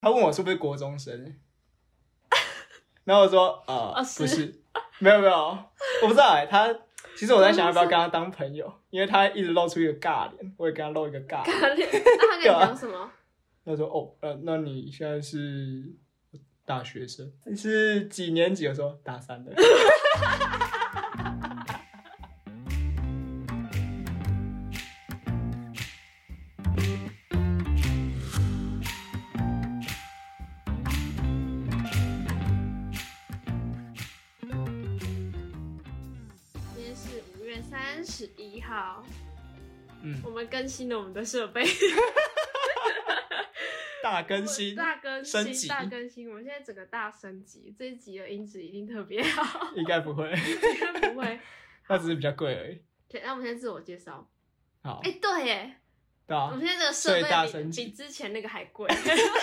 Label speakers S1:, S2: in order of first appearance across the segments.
S1: 他问我是不是国中生，然后我说不是，没有，我不知道他其实我在想要不要跟他当朋友，因为他一直露出一个尬脸，我也跟他露一个尬脸。
S2: 那他跟你讲什么？
S1: 他说那你现在是大学生，你是几年级？我说大3的。
S2: 今天是5月31号，
S1: 嗯，
S2: 我们更新了我们的设备。
S1: 大更新，升级，
S2: 大更新！我们现在整个大升级，这一集的音质一定特别好。
S1: 应该不会，
S2: 应该不会，
S1: 它只是比较贵而已。
S2: 那我们先自我介绍。
S1: 好，
S2: 对耶，
S1: 对啊，
S2: 我们现在这个设备比之前那个还贵。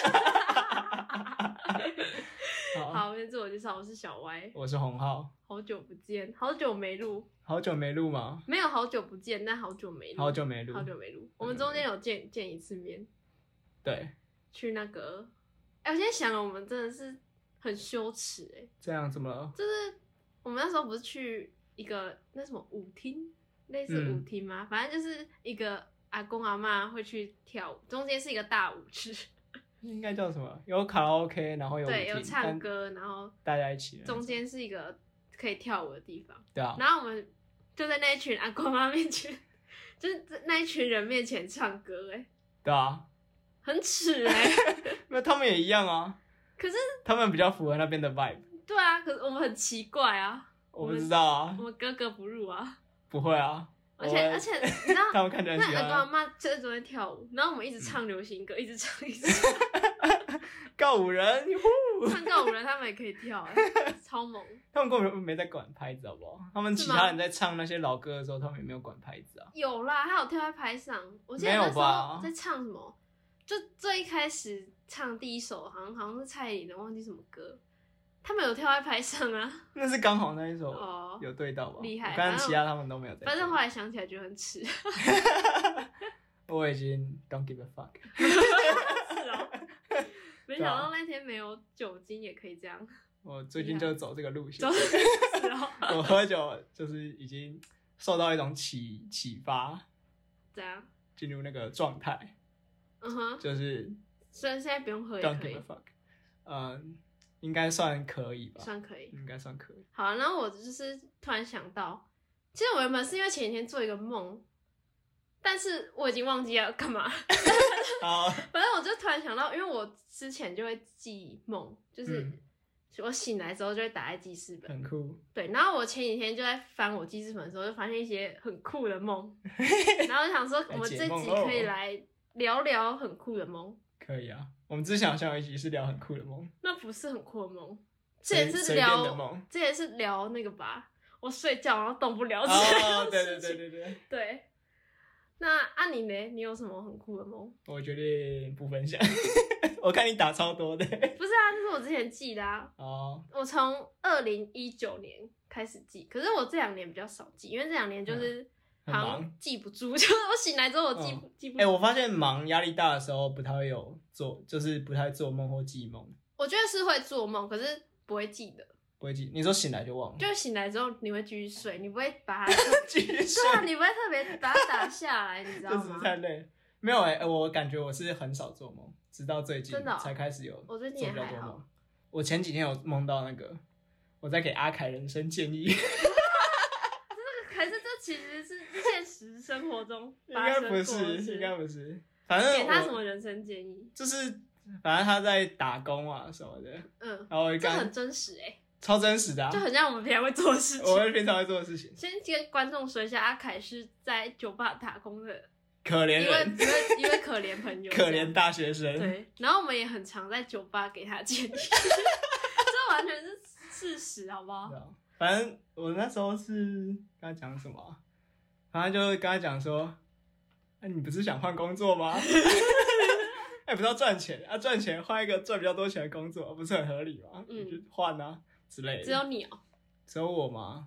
S2: 好，我先自我介绍，我是小歪，
S1: 我是洪浩。
S2: 好久不见，好久没录。
S1: 好久没录吗？
S2: 没有好久不见，但好久没录。
S1: 好久没录。
S2: 我们中间有见一次面。
S1: 对。
S2: 去那个，我现在想了，我们真的是很羞耻
S1: 这样怎么了？
S2: 就是我们那时候不是去一个那什么舞厅，类似舞厅吗？反正就是一个阿公阿嬷会去跳舞，中间是一个大舞池。
S1: 应该叫什么？有卡拉 OK， 然后有舞厅，
S2: 对，有唱歌，然后
S1: 大家一起。
S2: 中间是一个可以跳舞的地方。
S1: 对啊。
S2: 然后我们就在那一群阿公阿嬷面前，就是那一群人面前唱歌，
S1: 对啊。
S2: 很耻
S1: 那他们也一样啊。
S2: 可是
S1: 他们比较符合那边的 vibe。
S2: 对啊，可是我们很奇怪啊。
S1: 我不知道啊。
S2: 我们格格不入啊。
S1: 不会啊。
S2: 而且你知道，
S1: 他们看起来很喜欢。
S2: 那阿公阿嬷就在中间跳舞，然后我们一直唱流行歌，一直唱。
S1: 告五人，
S2: 唱告五人，他们也可以跳，超猛。
S1: 他们根本没在管拍子，好不好？他们其他人在唱那些老歌的时候，他们也没有管拍子啊。
S2: 有啦，他有跳在拍上。我记得那时候在唱什么，就最一开始唱第一首，好像是蔡依林的，忘记什么歌。他们有跳在拍上啊。
S1: 那是刚好那一首有对到吧？
S2: 厉害。
S1: 刚刚其他他们都没有在。
S2: 反正后来想起来觉得很耻。
S1: 我已经 don't give a fuck。
S2: 是哦。没想到那天没有酒精也可以这样。
S1: 我最近就走这个路线。我喝酒就是已经受到一种启发。
S2: 怎样？
S1: 进入那个状态。就是。
S2: 虽然现在不用喝也可以。
S1: don't give a fuck。应该算可以吧。
S2: 算可以。
S1: 应该算可以。
S2: 好，然后我就是突然想到，其实我原本是因为前几天做一个梦，但是我已经忘记要干嘛。
S1: 好，
S2: 反正我就突然想到，因为我之前就会记梦，就是我醒来之后就会打在记事本。
S1: 很酷。对，
S2: 然后我前几天就在翻我记事本的时候，就发现一些很酷的梦。然后就想说，我们这集可以来聊聊很酷的梦。
S1: 可以啊，我们之前好像有一集是聊很酷的梦。
S2: 那不是很酷的梦，这也是聊
S1: 的梦，
S2: 这也是聊那个吧，我睡觉然后动不了这
S1: 件
S2: 事
S1: 情。
S2: 对。那你呢？你有什么很酷的梦？
S1: 我决定不分享。我看你打超多的。
S2: 不是啊，这是我之前记的啊。我从2019年开始记，可是我这2年比较少记，因为这2年就是好像记不住，就是我醒来之后我记不住。
S1: 我发现忙压力大的时候不太会有就是不太做梦或记梦。
S2: 我觉得是会做梦，可是不会记得。
S1: 不会记，你说醒来就忘了？
S2: 就醒来之后你会继续睡，你不会把它
S1: 继续睡。
S2: 对啊，你不会特别把它打下来，你知道吗？
S1: 就是太累。没有我感觉我是很少做梦，直到最近才开始有。
S2: 我最近也还好。
S1: 我前几天有梦到那个，我在给阿凯人生建议。
S2: 还是这其实是现实生活中
S1: 发生过的事？应该不是。反正
S2: 给他什么人生建议？
S1: 就是反正他在打工啊什么的。然后
S2: 这很真实
S1: 超真实的啊，
S2: 就很像我们平常会做的事情。
S1: 我们平常会做的事情。
S2: 先跟观众说一下，阿凯是在酒吧打工的
S1: 可怜人，
S2: 一位可怜朋友，
S1: 可怜大学生。
S2: 对，然后我们也很常在酒吧给他建议，这完全是事实，好不好？
S1: 反正我那时候是跟他讲什么啊？反正就跟他讲说，你不是想换工作吗？不是要赚钱啊，赚钱换一个赚比较多钱的工作，不是很合理吗？就换啊。之类的。
S2: 只有你哦？
S1: 只有我吗？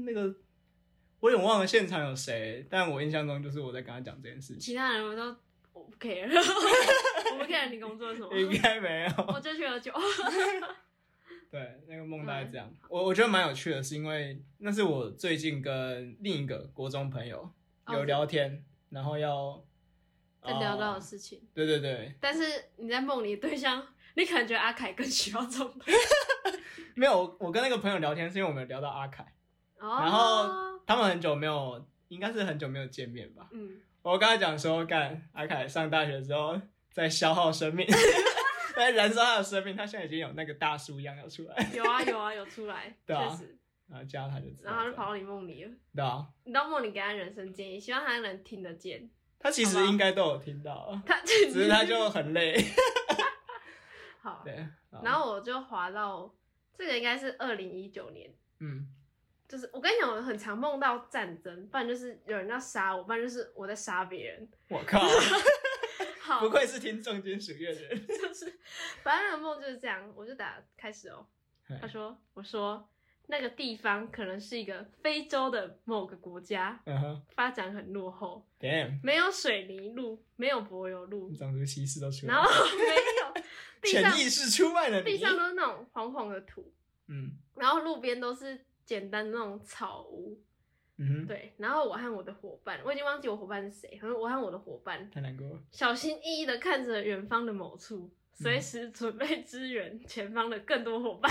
S1: 我有点忘了现场有谁，但我印象中就是我在跟他讲这件事情。
S2: 其他人我不 care， 我不 care 你工作什么，
S1: 应该没有，
S2: 我就去喝酒。
S1: 对，那个梦大概这样。我觉得蛮有趣的，是因为那是我最近跟另一个国中朋友有聊天，然后
S2: 在聊到的事情。
S1: 对对对。
S2: 但是你在梦里的对象，你可能觉得阿凯更需要这种。
S1: 没有，我跟那个朋友聊天是因为我们有聊到阿凯，然后他们很久没有，应该是很久没有见面吧。我跟他讲说，阿凯上大学之后在消耗生命。在燃烧他的生命，他现在已经有那个大叔一样要出来。
S2: 有出来，
S1: 对啊，
S2: 确实。
S1: 然后加他就知道，
S2: 然后他就跑到你梦里了。
S1: 对啊，
S2: 你到梦里给他人生建议，希望他能听得见。
S1: 他其实应该都有听到，
S2: 只
S1: 是他就很累。
S2: 好，
S1: 对。
S2: 然后我就滑到这个应该是2019年，就是我跟你讲，我很常梦到战争，不然就是有人要杀我，不然就是我在杀别人。
S1: 我靠！不愧是听重金属乐的人。
S2: 就是，反正那个梦就是这样，我就开始哦。我说那个地方可能是一个非洲的某个国家，发展很落后，没有水泥路，没有柏油路，
S1: 种族歧视都出来
S2: 了，然后没有
S1: 潜意识出卖了你，
S2: 地上都是那种黄黄的土，然后路边都是简单的那种草屋。对，然后我和我的伙伴，我已经忘记我伙伴是谁，可是我和我的伙伴
S1: 太难过了，
S2: 小心翼翼的看着远方的某处，随时准备支援前方的更多伙伴。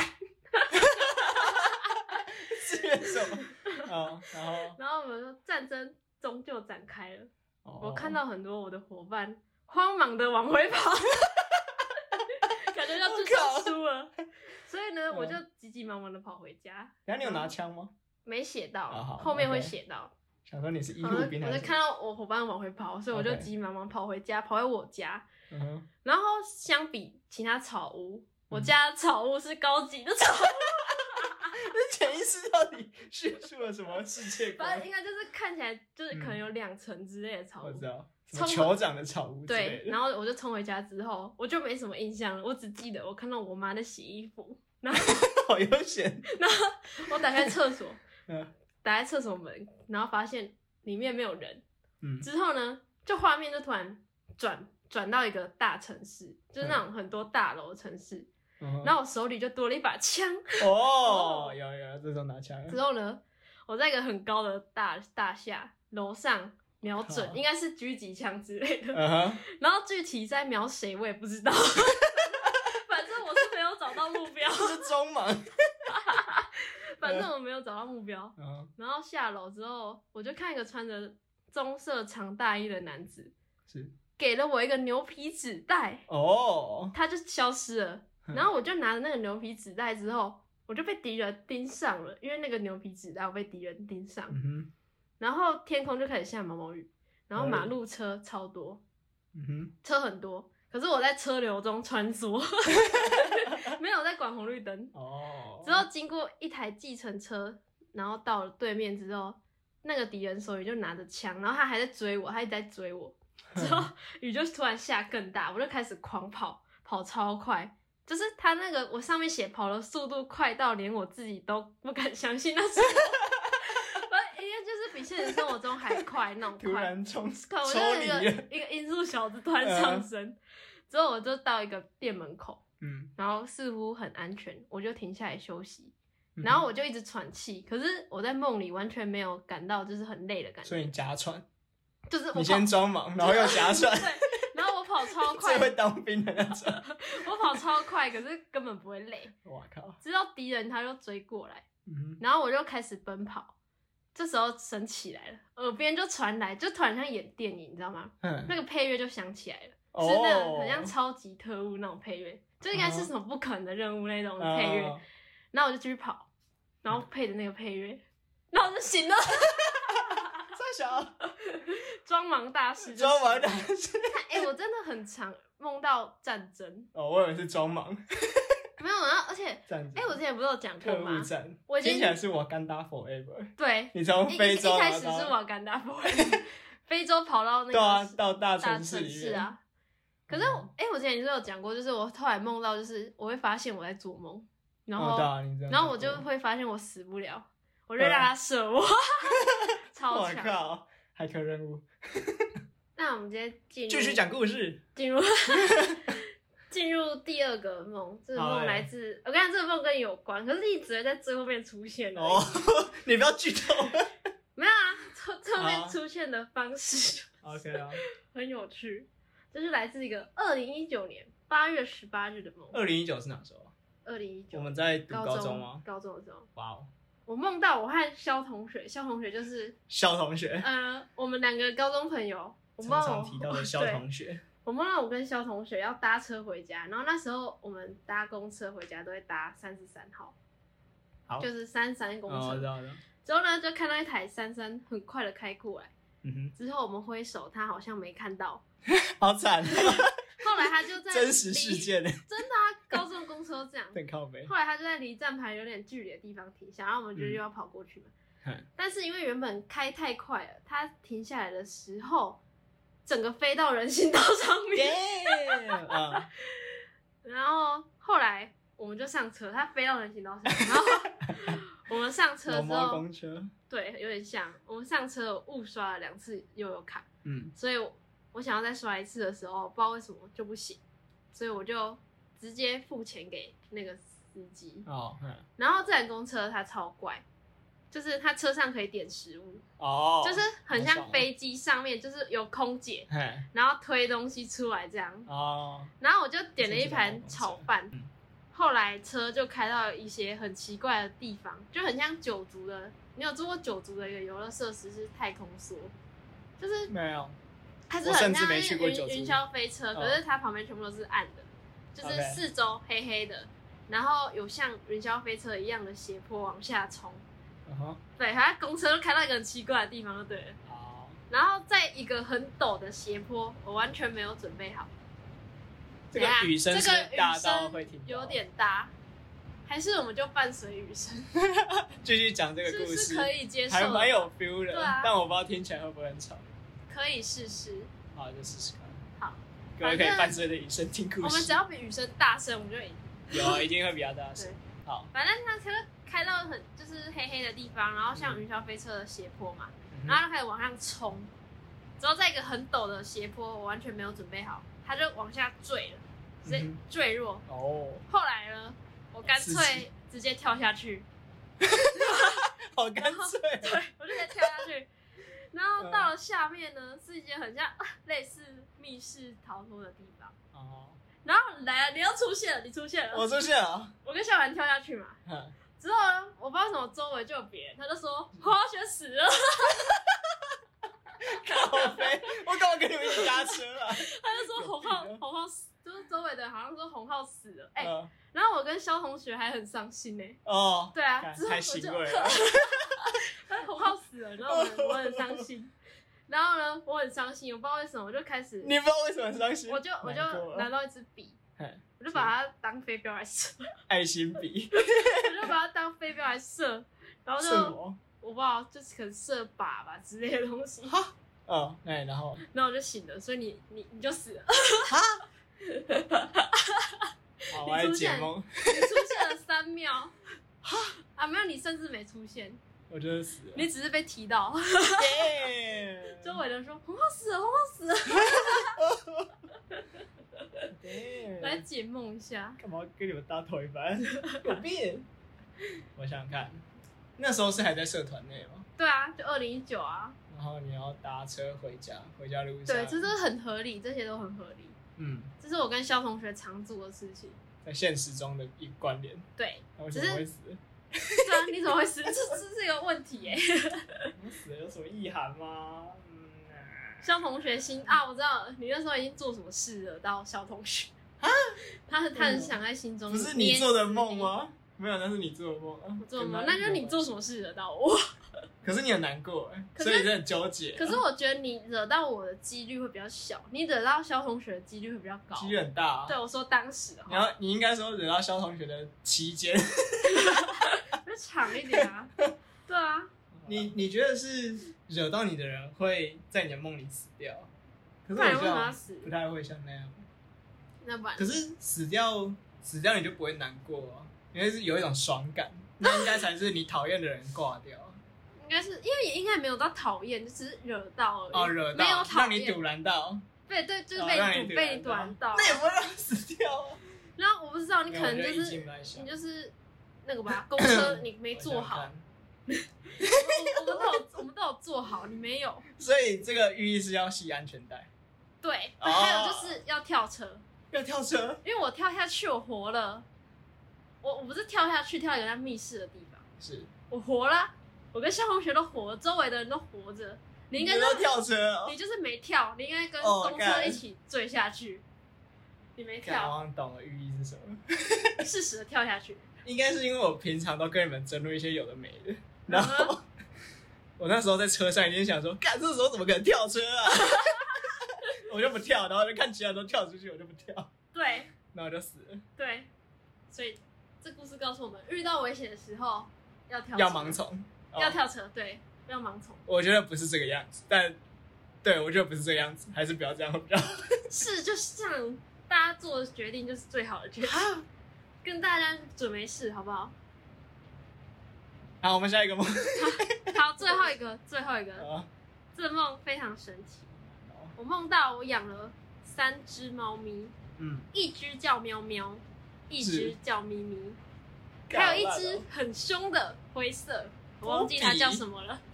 S1: 支援什么？
S2: 然后我们说战争终究展开了，我看到很多我的伙伴慌忙的往回跑，感觉要就输了，所以呢，我就急急忙忙的跑回家。
S1: 等下你有拿枪吗？
S2: 没写到，后面会写到。
S1: 想说你是医路兵还是？
S2: 我就看到我伙伴往回跑，所以我就急急忙忙跑回家，跑回我家。然后相比其他草屋，我家的草屋是高级的草屋。
S1: 这潜意识到底叙述了什么世界观？
S2: 反正应该就是看起来就是可能有2层之类的草屋。
S1: 我知道，什么酋长的草屋之类的。
S2: 对，然后我就冲回家之后，我就没什么印象了，我只记得我看到我妈在洗衣服，然后
S1: 好悠闲。
S2: 然后我打开厕所。打开厕所门，然后发现里面没有人。之后呢，就画面就突然转到一个大城市，就是那种很多大楼的城市。然后我手里就多了一把枪。
S1: 有，这时候拿枪。
S2: 之后呢，我在一个很高的大厦楼上瞄准，应该是狙击枪之类的。然后具体在瞄谁我也不知道。反正我是没有找到目标。
S1: 是装忙。
S2: 反正我没有找到目标，然后下楼之后，我就看一个穿着棕色长大衣的男子，给了我一个牛皮纸袋，他就消失了。然后我就拿着那个牛皮纸袋之后，我就被敌人盯上了，因为那个牛皮纸袋我被敌人盯上。然后天空就开始下毛毛雨，然后马路车超多，车很多，可是我在车流中穿梭。没有在管红绿灯。之后经过一台计程车，然后到了对面之后，那个敌人手里就拿着枪，然后他还在追我，他一直在追我。之后雨就突然下更大，我就开始狂跑，跑超快，就是他那个我上面写跑的速度快到连我自己都不敢相信那是我，应该就是比现实生活中还快那种快。
S1: 突然抽
S2: 离一个音速小子突然上升。之后我就到一个店门口。然后似乎很安全，我就停下来休息，然后我就一直喘气，可是我在梦里完全没有感到就是很累的感觉。
S1: 所以你假喘，
S2: 就是
S1: 你先装忙，然后又假喘。
S2: 对，然后我跑超快，
S1: 最会当兵的那种。
S2: 我跑超快，可是根本不会累。
S1: 哇靠！
S2: 直到敌人他就追过来，然后我就开始奔跑。这时候神起来了，耳边就传来，就突然像演电影，你知道吗？那个配乐就响起来了，是那种很像超级特务那种配乐。就应该是什么不可能的任务那种配乐，然后我就继续跑，然后配着那个配乐，然后我就醒了。
S1: 太小，
S2: 装忙大师，
S1: 装忙大师。
S2: 我真的很常梦到战争。
S1: 我以为是装忙。
S2: 没有，然后而且我之前不是有讲过吗？
S1: 特务战，我听起来是瓦干达 forever。
S2: 对，
S1: 你从非洲
S2: 一开始是瓦干达 forever， 非洲跑到那个
S1: 到大城市里面
S2: 啊。可是我之前就有讲过，就是我后来梦到，就是我会发现我在做梦，然后我就会发现我死不了，我就让他射我，超强。
S1: 我靠，骇客任务。
S2: 那我们直接
S1: 继续讲故事，
S2: 进入第二个梦。这个梦来自我跟你讲，这个梦跟你有关，可是一直在最后面出现的。
S1: 哦，你不要剧透。
S2: 没有啊，最后面出现的方式。
S1: OK 啊，
S2: 很有趣。这是来自一个2019年8月18日的梦。
S1: 2019是哪时候
S2: ？2019。
S1: 我们在读高中吗？
S2: 高中的时候。
S1: 哇哦！
S2: 我梦到我和肖同学就是
S1: 肖同学。
S2: 我们2个高中朋友。
S1: 常常提到的肖同学。
S2: 我梦到我跟肖同学要搭车回家，然后那时候我们搭公车回家都会搭33号，
S1: 好，
S2: 就是33公车。
S1: 我知道。
S2: 之后呢，就看到一台33很快的开过来。之后我们挥手，他好像没看到。
S1: 好惨。
S2: 后来他就在
S1: 真实事件。真
S2: 的啊，高中公车这样。
S1: 很靠北。
S2: 后来他就在离站牌有点距离的地方停下，然后我们就又要跑过去嘛。但是因为原本开太快了，他停下来的时候，整个飞到人行道上面。然后后来我们就上车，他飞到人行道上，然后我们上车之后，
S1: 公车。对，
S2: 有点像。我们上车误刷了2次悠游卡，所以我想要再刷1次的时候，不知道为什么就不行，所以我就直接付钱给那个司机。然后这台公车它超怪，就是它车上可以点食物，就是很像飞机上面就是有空姐，然后推东西出来这样。然后我就点了一盘炒饭。后来车就开到一些很奇怪的地方，就很像九族的。你有做过九族的一个游乐设施是太空梭，就是
S1: 没有，
S2: 它是很像云霄飞车，可是它旁边全部都是暗的，就是四周黑黑的，然后有像云霄飞车一样的斜坡往下冲。对，它公车就开到一个很奇怪的地方就对了。然后在一个很陡的斜坡，我完全没有准备好。
S1: 这个雨声是大到会听到，
S2: 有点大，还是我们就伴随雨声
S1: 继续讲这个故事，
S2: 是可以接受的，
S1: 还蛮有 feel 的。但我不知道听起来会不会很吵。
S2: 可以试试。
S1: 好，就试试看。
S2: 好，
S1: 各位可以伴随着雨声听故事。
S2: 我们只要比雨声大声，我们就赢。
S1: 有，一定会比较大声。好，
S2: 反正他车开到很就是黑黑的地方，然后像云霄飞车的斜坡嘛，然后就开始往上冲。之后在一个很陡的斜坡，我完全没有准备好，他就往下坠了，直接坠落。后来呢，我干脆直接跳下去。
S1: 好干脆。
S2: 对，我就直接跳下去。然后到了下面呢，是一间很像类似密室逃脱的地方。然后来了，你又出现了，你出现了。
S1: 我出现了。
S2: 我跟小凡跳下去嘛。之后呢，我不知道为什么周围就有别人，他就说黄浩轩死了。
S1: 靠北，我干嘛跟你们一起搭车啊？
S2: 他就说洪浩死，就是周围的人好像说洪浩死了。然后我跟肖同学还很伤心呢。对啊，
S1: 太欣慰了。
S2: 洪浩死了，然后我很伤心。然后呢，我很伤心，我不知道为什么，我就开始。
S1: 你不知道为什么很伤心？
S2: 我就拿到一支笔，我就把它当飞镖来射。
S1: 爱心笔。
S2: 我就把它当飞镖来射，然后就我不知道，就是可能射靶吧之类的东西。
S1: 然后
S2: 我就醒了，所以你就死了。
S1: 好，我来解梦。
S2: 你出现了3秒。没有，你甚至没出现。
S1: 我真的死了。
S2: 你只是被提到。周围人说洪浩死了，洪浩死了。来解梦一下。
S1: 干嘛跟你们搭同一班？有病！我想想看，那时候是还在社团内吗？
S2: 对啊，就2019啊。
S1: 然后你要搭车回家路上。
S2: 对，这都很合理，这些都很合理。这是我跟肖同学常做的事情，
S1: 在现实中的一个关联。
S2: 对，
S1: 我怎么会死？
S2: 对啊，你怎么会死？这是一个问题耶。
S1: 我死了有什么意涵吗？
S2: 肖同学我知道你那时候已经做什么事惹到肖同学。他很想在心中。
S1: 不是你做的梦吗？没有，那是你做的梦。
S2: 我做的梦，那就是你做什么事惹到我。
S1: 可是你很难过所以你很纠结。
S2: 可是我觉得你惹到我的几率会比较小，你惹到肖同学的几率会比较高。
S1: 几率很大。
S2: 对，我说当时的话。
S1: 你应该说惹到肖同学的期间。
S2: 就长一点啊。对啊。
S1: 你觉得是惹到你的人会在你的梦里死掉？可是我觉得不太会像那样。
S2: 那不然。
S1: 可是死掉你就不会难过因为是有一种爽感，那应该才是你讨厌的人挂掉。
S2: 应该是因为也应该没有到讨厌，就只是惹到而已。
S1: 哦，惹到，
S2: 没有讨厌，
S1: 让你堵拦到。
S2: 对，就是被你堵拦到。
S1: 那也不会让死掉啊。
S2: 然后我不知道，你可能就是你就是那个吧，公车你没坐好。我们都有做好，你没有。
S1: 所以这个寓意是要系安全带。
S2: 对，还有就是要跳车。
S1: 要跳车？
S2: 因为我跳下去，我活了。我不是跳下去，跳一个在密室的地方。
S1: 是。我
S2: 活了，我跟萧同学都活了，周围的人都活着。你应该
S1: 要跳车，
S2: 你就是没跳，你应该跟公车一起坠下去。你没跳。
S1: 我懂了寓意是什么？
S2: 适时的跳下去。
S1: 应该是因为我平常都跟你们争论一些有的没的，然后我那时候在车上已经想说，干这时候怎么可能跳车啊？我就不跳，然后就看其他人都跳出去，我就不跳。
S2: 对。
S1: 然后我就死了。
S2: 对。所以这故事告诉我们，遇到危险的时候要跳车，
S1: 要盲从，
S2: 要跳车，对，要盲从。
S1: 我觉得不是这个样子，但对我觉得不是这个样子，还是不要这样比较好。是，
S2: 就是这样，大家做的决定就是最好的决定。跟大家准没事，好不好？
S1: 好，我们下一个梦。
S2: 好，最后一个。这梦非常神奇。我梦到我养了3只猫咪，一只叫喵喵，一只叫咪咪，还有一只很凶的灰色，我忘记它叫什么了。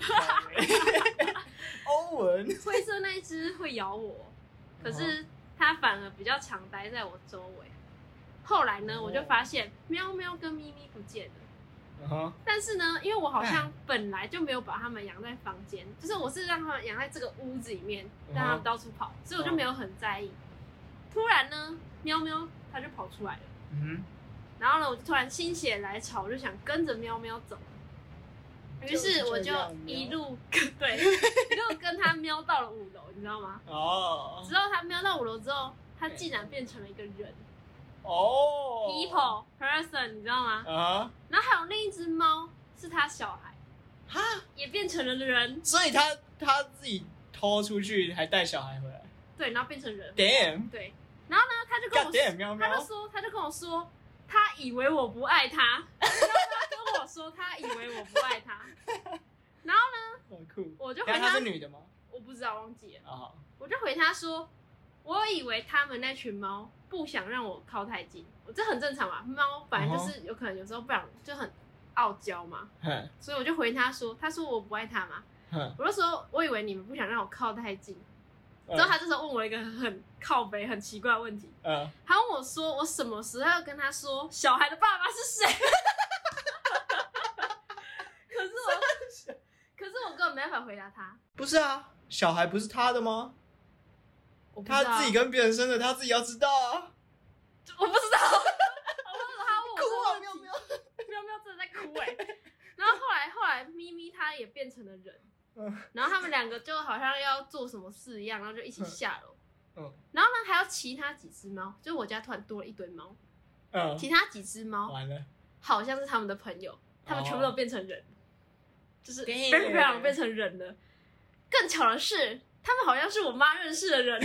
S1: 欧文。
S2: 灰色那一只会咬我，可是它反而比较常待在我周围。后来呢，我就发现喵喵跟咪咪不见了。但是呢，因为我好像本来就没有把它们养在房间，就是我是让它们养在这个屋子里面，让它们到处跑，所以我就没有很在意。突然呢，喵喵它就跑出来了。然后呢，我就突然心血来潮，我就想跟着喵喵走。于是我就一路跟它喵到了5楼，你知道吗？之后它喵到5楼之后，它竟然变成了一个人。people person， 你知道吗？然后还有另一只猫是他小孩，也变成了人。
S1: 所以他自己偷出去，还带小孩回来。
S2: 对，然后变成人。
S1: Damn。
S2: 对，然后呢，他就跟我说，他以为我不爱他，他跟我说他以为我不爱他。然后呢，我就回他
S1: 是女的吗？
S2: 我不知道，忘记了。我就回他说，我以为他们那群猫不想让我靠太近，这很正常嘛。猫本来就是有可能有时候不想，就很傲娇嘛。所以我就回他说我不爱他嘛。我就说我以为你们不想让我靠太近。之后他这时候问我一个很靠北、很奇怪的问题。他问我说我什么时候要跟他说小孩的爸爸是谁？可是我根本没办法回答他。不是啊，
S1: 小孩不是他的吗？他自己跟别人生的，他自己要知道啊。
S2: 我不知道。他问我哭啊，喵喵真的在哭然后后来咪咪他也变成了人。然后他们2个就好像要做什么事一样，然后就一起下楼。然后呢，还有其他几只猫，就是我家突然多了一堆猫。其他几只猫
S1: 完了，
S2: 好像是他们的朋友，他们全部都变成人，就是非常变成人了。更巧的是，他们好像是我妈认识的人。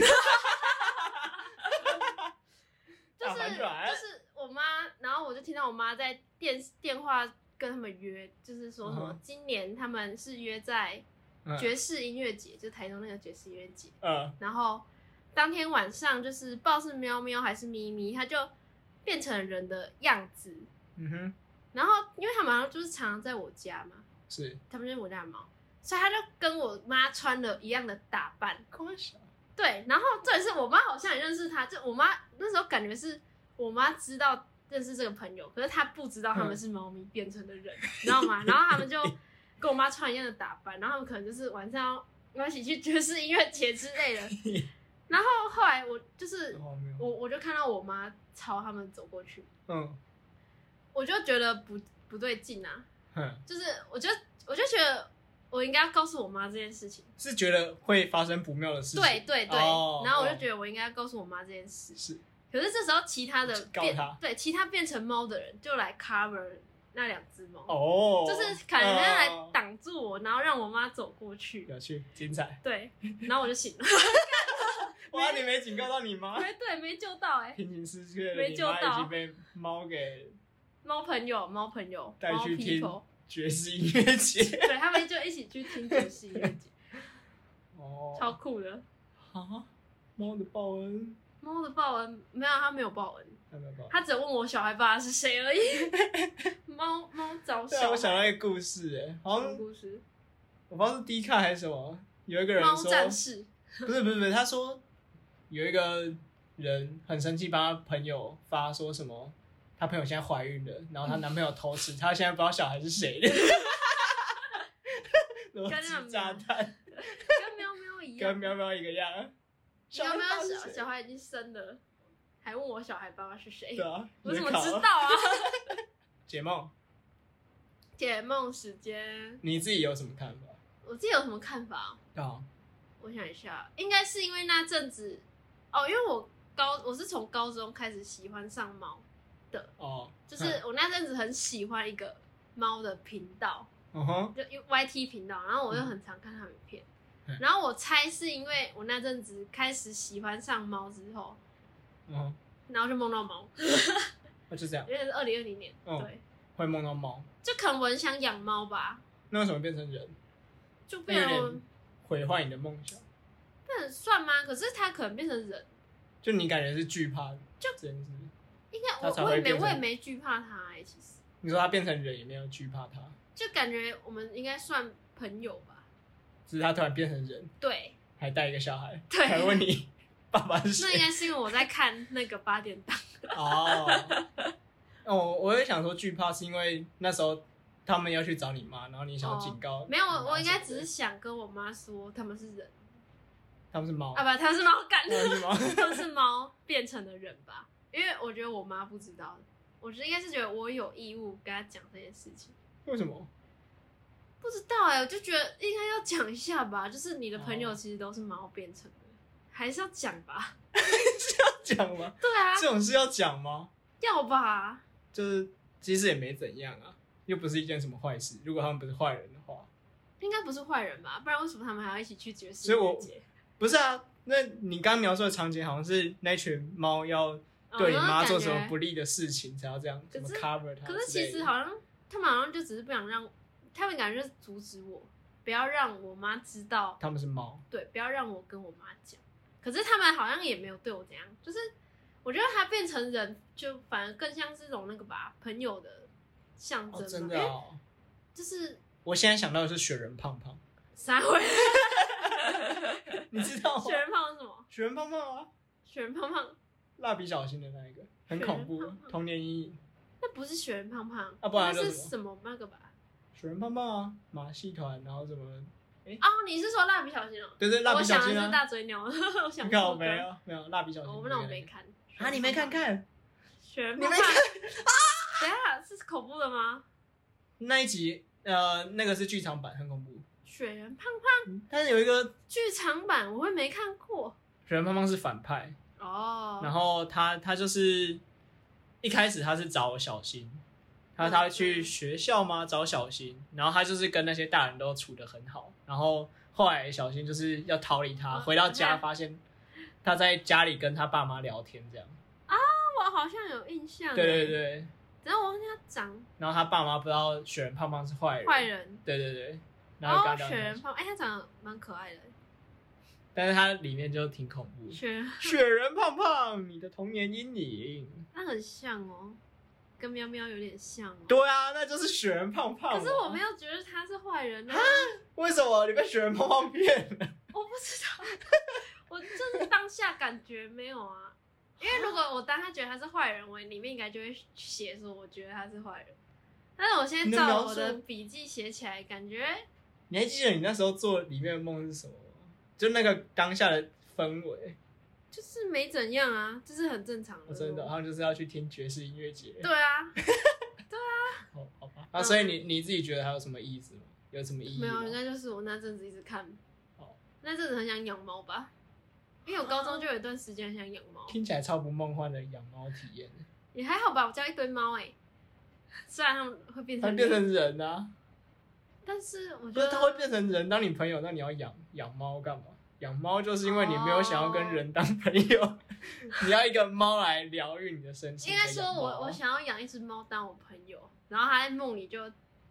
S2: 就是我妈，然后我就听到我妈在电话跟他们约，就是说什么今年他们是约在爵士音乐节，就台中那个爵士音乐节。然后当天晚上就是不知道是喵喵还是咪咪，它就变成人的样子。然后因为他们好像就是常常在我家嘛，是他们就是我家的猫，所以他就跟我妈穿了一样的打扮。对，然后这也是我妈好像也认识他，就我妈那时候感觉是我妈知道认识这个朋友，可是她不知道他们是猫咪变成的人，你知道吗？然后他们就跟我妈穿一样的打扮，然后他们可能就是晚上要一起去爵士音乐节之类的。然后后来我就是我就看到我妈朝他们走过去，我就觉得不对劲啊，就是我就觉得我应该要告诉我妈这件事情，是觉得会发生不妙的事情。对，然后我就觉得我应该要告诉我妈这件事。是，可是这时候其他的其他变成猫的人就来 cover 那2只猫，就是可能来挡住我，然后让我妈走过去。有趣，精彩。对，然后我就醒了。哇，你没警告到你妈？没救到平行世界的你妈已经被猫朋友带去听
S1: 爵士音乐节。
S2: 对，他们就一起去听爵士音乐节。
S1: 哦，
S2: 超酷的。
S1: 啊，猫的报恩。
S2: 猫的报恩没有，他没有报恩。他只问我小孩爸是谁而已。猫找小孩。
S1: 对，我想到一个故事，好像
S2: 故事，
S1: 我不知道是 D 卡还是什么，有一个人说，
S2: 猫战士，
S1: 不是，他说有一个人很生气，帮他朋友发说什么，他朋友现在怀孕了，然后她男朋友偷吃，他现在不知道小孩是谁的。逻辑炸弹，
S2: 跟喵喵一样，
S1: 跟喵喵一个样。
S2: 喵喵小孩已经生了。还问我小孩爸爸是谁？
S1: 对啊，
S2: 我怎么知道啊？解梦时间，
S1: 你自己有什么看法？
S2: 我自己有什么看法？我想一下，应该是因为那阵子因为我是从高中开始喜欢上猫的就是我那阵子很喜欢一个猫的频道，就 YT 频道，然后我就很常看他们影片，然后我猜是因为我那阵子开始喜欢上猫之后。然后就梦到猫，
S1: 就这样。
S2: 因为是2020年，对，
S1: 会梦到猫，
S2: 就可能我很想养猫吧。
S1: 那为什么变成人？
S2: 就变成
S1: 毁坏你的梦想。
S2: 变成算吗？可是它可能变成人，
S1: 就你感觉是惧怕，就这件事。
S2: 应该我也没惧怕它其实。
S1: 你说它变成人也没有惧怕它，
S2: 就感觉我们应该算朋友吧。
S1: 只是它突然变成人，
S2: 对，
S1: 还带一个小孩，
S2: 对，
S1: 还问你。爸爸是谁？
S2: 那应该是因为我在看那个8点档。
S1: 我会想说惧怕是因为那时候他们要去找你妈，然后你想要警告。
S2: 没有，我应该只是想跟我妈说他们是人，
S1: 他们是猫
S2: 不，他们是猫干的，他们是猫变成的人吧？因为我觉得我妈不知道，我觉得应该是觉得我有义务跟她讲这件事情。
S1: 为什么？
S2: 不知道我就觉得应该要讲一下吧，就是你的朋友其实都是猫变成的。还是要讲吧。
S1: 是要讲吗？
S2: 对啊，
S1: 这种事要讲吗？
S2: 要吧。
S1: 就是其实也没怎样啊，又不是一件什么坏事。如果他们不是坏人的话，
S2: 应该不是坏人吧？不然为什么他们还要一起去爵士音乐节？
S1: 不是啊，那你刚刚描述的场景好像是那群猫要对你妈做什么不利的事情才要这样，怎么 cover 它。
S2: 可是其实好像他们好像就只是不想让他们感觉就是阻止我，不要让我妈知道
S1: 他们是猫。
S2: 对，不要让我跟我妈讲。可是他们好像也没有对我怎样，就是我觉得他变成人，就反而更像是一种那个吧，朋友的象征。
S1: 真的
S2: 就是
S1: 我现在想到的是雪人胖胖。
S2: 啥回？
S1: 你知道吗？
S2: 雪人胖胖是什么？
S1: 雪人胖胖啊！
S2: 雪人胖胖，
S1: 蜡笔小新的那一个，很恐怖，童年阴影。
S2: 那不是雪人胖胖
S1: 啊，不然
S2: 那是什么那个吧？
S1: 雪人胖胖啊，马戏团，然后什么？
S2: 你是说蜡笔小新哦？
S1: 对，蜡笔小新啊。
S2: 我想的是大嘴鸟。我想说
S1: 没有蜡笔小新。
S2: 那我没看。
S1: 你没看？
S2: 雪人胖胖啊！等一下是恐怖的吗？
S1: 那一集那个是剧场版，很恐怖。
S2: 雪人胖胖，
S1: 但是有一个
S2: 剧场版，我会没看过。
S1: 雪人胖胖是反派然后他就是一开始他是找小新，他去学校吗？找小新，然后他就是跟那些大人都处得很好，然后后来小新就是要逃离他，回到家发现他在家里跟他爸妈聊天这样
S2: 我好像有印象。
S1: 对，
S2: 然后我忘记他长，
S1: 然后他爸妈不知道雪人胖胖是坏人，对，然后
S2: 雪人胖，他长得蛮可爱的，
S1: 但是他里面就挺恐怖。雪人胖胖，你的童年阴影，
S2: 他很像哦。跟喵喵有点像
S1: 对啊，那就是雪人胖胖。
S2: 可是我没有觉得他是坏人啊。
S1: 为什么你被雪人胖胖骗了？
S2: 我不知道，我就是当下感觉没有啊。因为如果我当他觉得他是坏人，我里面应该就会写说我觉得他是坏人。但是我现在照我的笔记写起来，感觉
S1: 你还记得你那时候做里面的梦是什么吗？就那个当下的氛围。
S2: 就是没怎样啊，就是很正常的。
S1: 真的，他们就是要去听爵士音乐节。
S2: 对啊，对啊。
S1: 好吧。所以你自己觉得还有什么意思吗？有什么意义？
S2: 没有，应该就是我那阵子一直看。那阵子很想养猫吧，因为我高中就有一段时间很想养猫。
S1: 听起来超不梦幻的养猫体验。
S2: 也还好吧，我家一堆猫虽然它们会变成
S1: 人啊，
S2: 但是我觉得
S1: 不是它会变成人当你朋友，那你要养猫干嘛？养猫就是因为你没有想要跟人当朋友，你要一个猫来疗愈你的身心。
S2: 应该说我想要养一只猫当我朋友，然后它在梦里就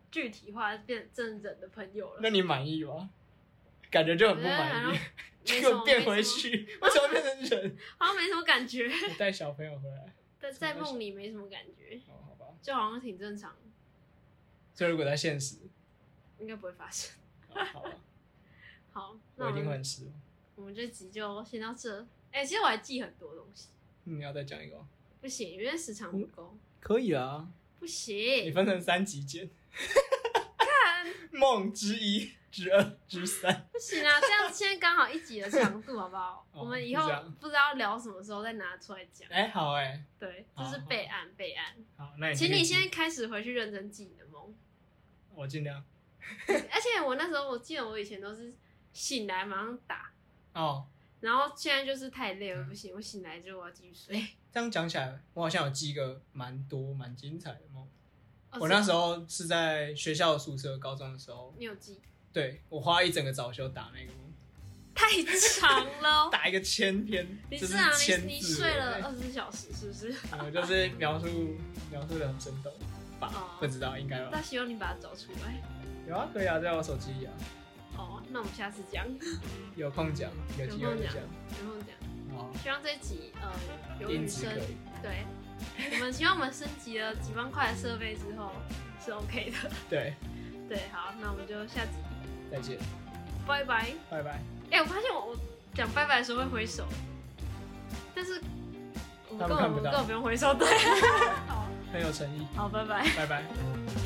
S2: 具体化，变真人的朋友了。
S1: 那你满意吗？感觉就很不满意，结果变回去，为什么变成人？
S2: 好像没什么感觉。
S1: 你带小朋友回来，
S2: 在梦里没什么感觉。
S1: 哦，好吧，
S2: 就好像挺正常。
S1: 所以如果在现实，
S2: 应该不会发生。
S1: 好吧。
S2: 好，
S1: 我一定会很失望。
S2: 我们这集就先到这。其实我还记很多东西。
S1: 你要再讲一个吗？
S2: 不行，因为时长不够。
S1: 可以啊。
S2: 不行。
S1: 你分成3集剪。
S2: 看。
S1: 梦之1、之2、之3。
S2: 不行啊，这样现在刚好1集的长度，好不好？我们以后不知道聊什么时候再拿出来讲。
S1: 好
S2: 对，这是备案。
S1: 好，那
S2: 请你现在开始回去认真记你的梦。
S1: 我尽量。
S2: 而且我那时候，我记得我以前都是醒来马上打。然后现在就是太累了，不行，我醒来之后我要继续睡。
S1: 这样讲起来，我好像有记一个蛮精彩的梦。我那时候是在学校宿舍，高中的时候。
S2: 你有记？
S1: 对，我花一整个早修打那个梦。
S2: 太长了。
S1: 打一个1000篇。
S2: 你是啊？你睡了24小时是不是？
S1: 我就是描述的很生动吧？不知道，应该吧。
S2: 那希望你把它找出来。
S1: 有啊，可以啊，在我手机里啊。
S2: 那我们下次讲。
S1: 有空讲，有机会讲。
S2: 希望这一集有女生，对，我们希望我们升级了几万块的设备之后是 OK 的。
S1: 对，
S2: 好，那我们就下集
S1: 再见，
S2: 拜拜，
S1: 拜拜。
S2: 我发现我讲拜拜的时候会挥手，但是我们根本不用挥手，对，
S1: 很有诚意。
S2: 好，拜拜，
S1: 拜拜。